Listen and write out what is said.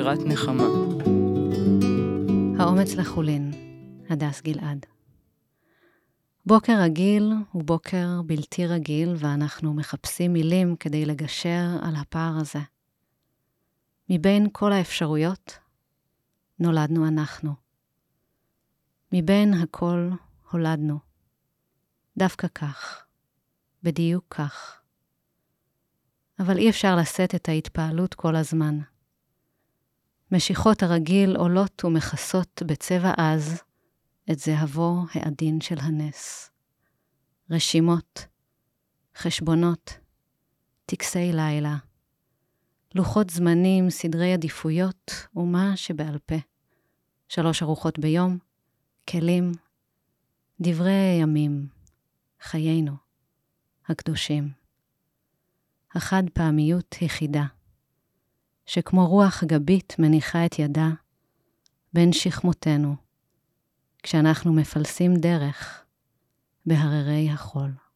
שירת נחמה. האומץ לחולין, הדס גלעד. בוקר רגיל הוא בוקר בלתי רגיל, ואנחנו מחפשים מילים כדי לגשר על הפער הזה. מבין כל האפשרויות נולדנו אנחנו. מבין הכל הולדנו. דווקא כך, בדיוק כך. אבל אי אפשר לשאת את ההתפעלות כל הזמן. משיכות הרגיל עולות ומכסות בצבע עז את זהבו העדין של הנס. רשימות, חשבונות, טקסי לילה, לוחות זמנים, סדרי עדיפויות ומה שבעל פה. 3 ארוחות ביום, כלים, דברי ימים, חיינו, הקדושים. החד פעמיות יחידה, שכמו רוח גבית מניחה את ידה בין שכמותנו, כשאנחנו מפלסים דרך בהררי החול.